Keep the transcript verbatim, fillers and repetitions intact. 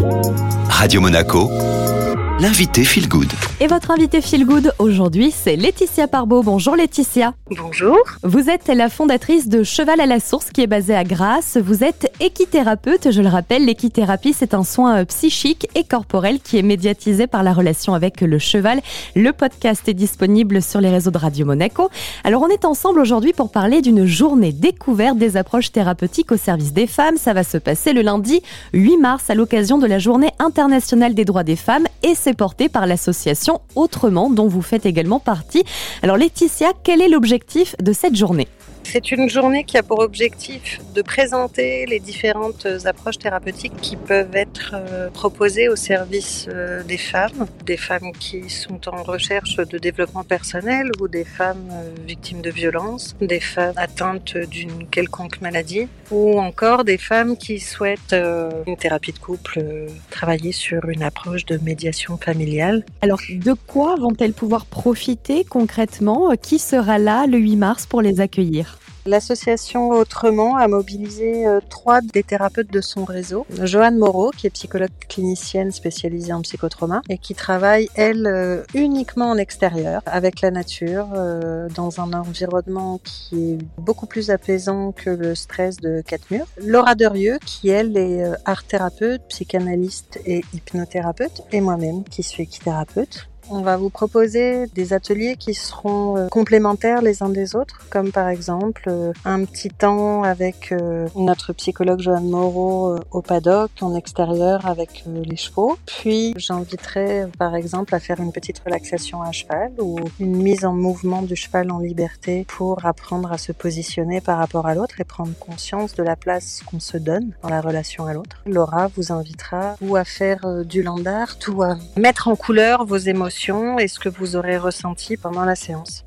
Radio Monaco, l'invité Feel Good. Et votre invité Feel Good aujourd'hui, c'est Laetitia Parbeau. Bonjour Laetitia. Bonjour. Vous êtes la fondatrice de Cheval à la Source qui est basée à Grasse. Vous êtes équithérapeute, je le rappelle. L'équithérapie, c'est un soin psychique et corporel qui est médiatisé par la relation avec le cheval. Le podcast est disponible sur les réseaux de Radio Monaco. Alors on est ensemble aujourd'hui pour parler d'une journée découverte des approches thérapeutiques au service des femmes. Ça va se passer le lundi huit mars à l'occasion de la Journée internationale des droits des femmes et c'est porté par l'association Autrement, dont vous faites également partie. Alors Laetitia, quel est l'objectif de cette journée ? C'est une journée qui a pour objectif de présenter les différentes approches thérapeutiques qui peuvent être proposées au service des femmes, des femmes qui sont en recherche de développement personnel ou des femmes victimes de violences, des femmes atteintes d'une quelconque maladie ou encore des femmes qui souhaitent une thérapie de couple, travailler sur une approche de médiation familiale. Alors de quoi vont-elles pouvoir profiter concrètement ? Qui sera là le huit mars pour les accueillir ? L'association Autrement a mobilisé euh, trois des thérapeutes de son réseau. Joanne Moreau, qui est psychologue clinicienne spécialisée en psychotrauma et qui travaille, elle, euh, uniquement en extérieur, avec la nature, euh, dans un environnement qui est beaucoup plus apaisant que le stress de quatre murs. Laura Derieux, qui, elle, est euh, art-thérapeute, psychanalyste et hypnothérapeute, et moi-même, qui suis équithérapeute. On va vous proposer des ateliers qui seront euh, complémentaires les uns des autres, comme par exemple euh, un petit temps avec euh, notre psychologue Joanne Moreau euh, au paddock, en extérieur avec euh, les chevaux. Puis j'inviterai euh, par exemple à faire une petite relaxation à cheval ou une mise en mouvement du cheval en liberté pour apprendre à se positionner par rapport à l'autre et prendre conscience de la place qu'on se donne dans la relation à l'autre. Laura vous invitera ou à faire euh, du land art ou à mettre en couleur vos émotions et ce que vous aurez ressenti pendant la séance.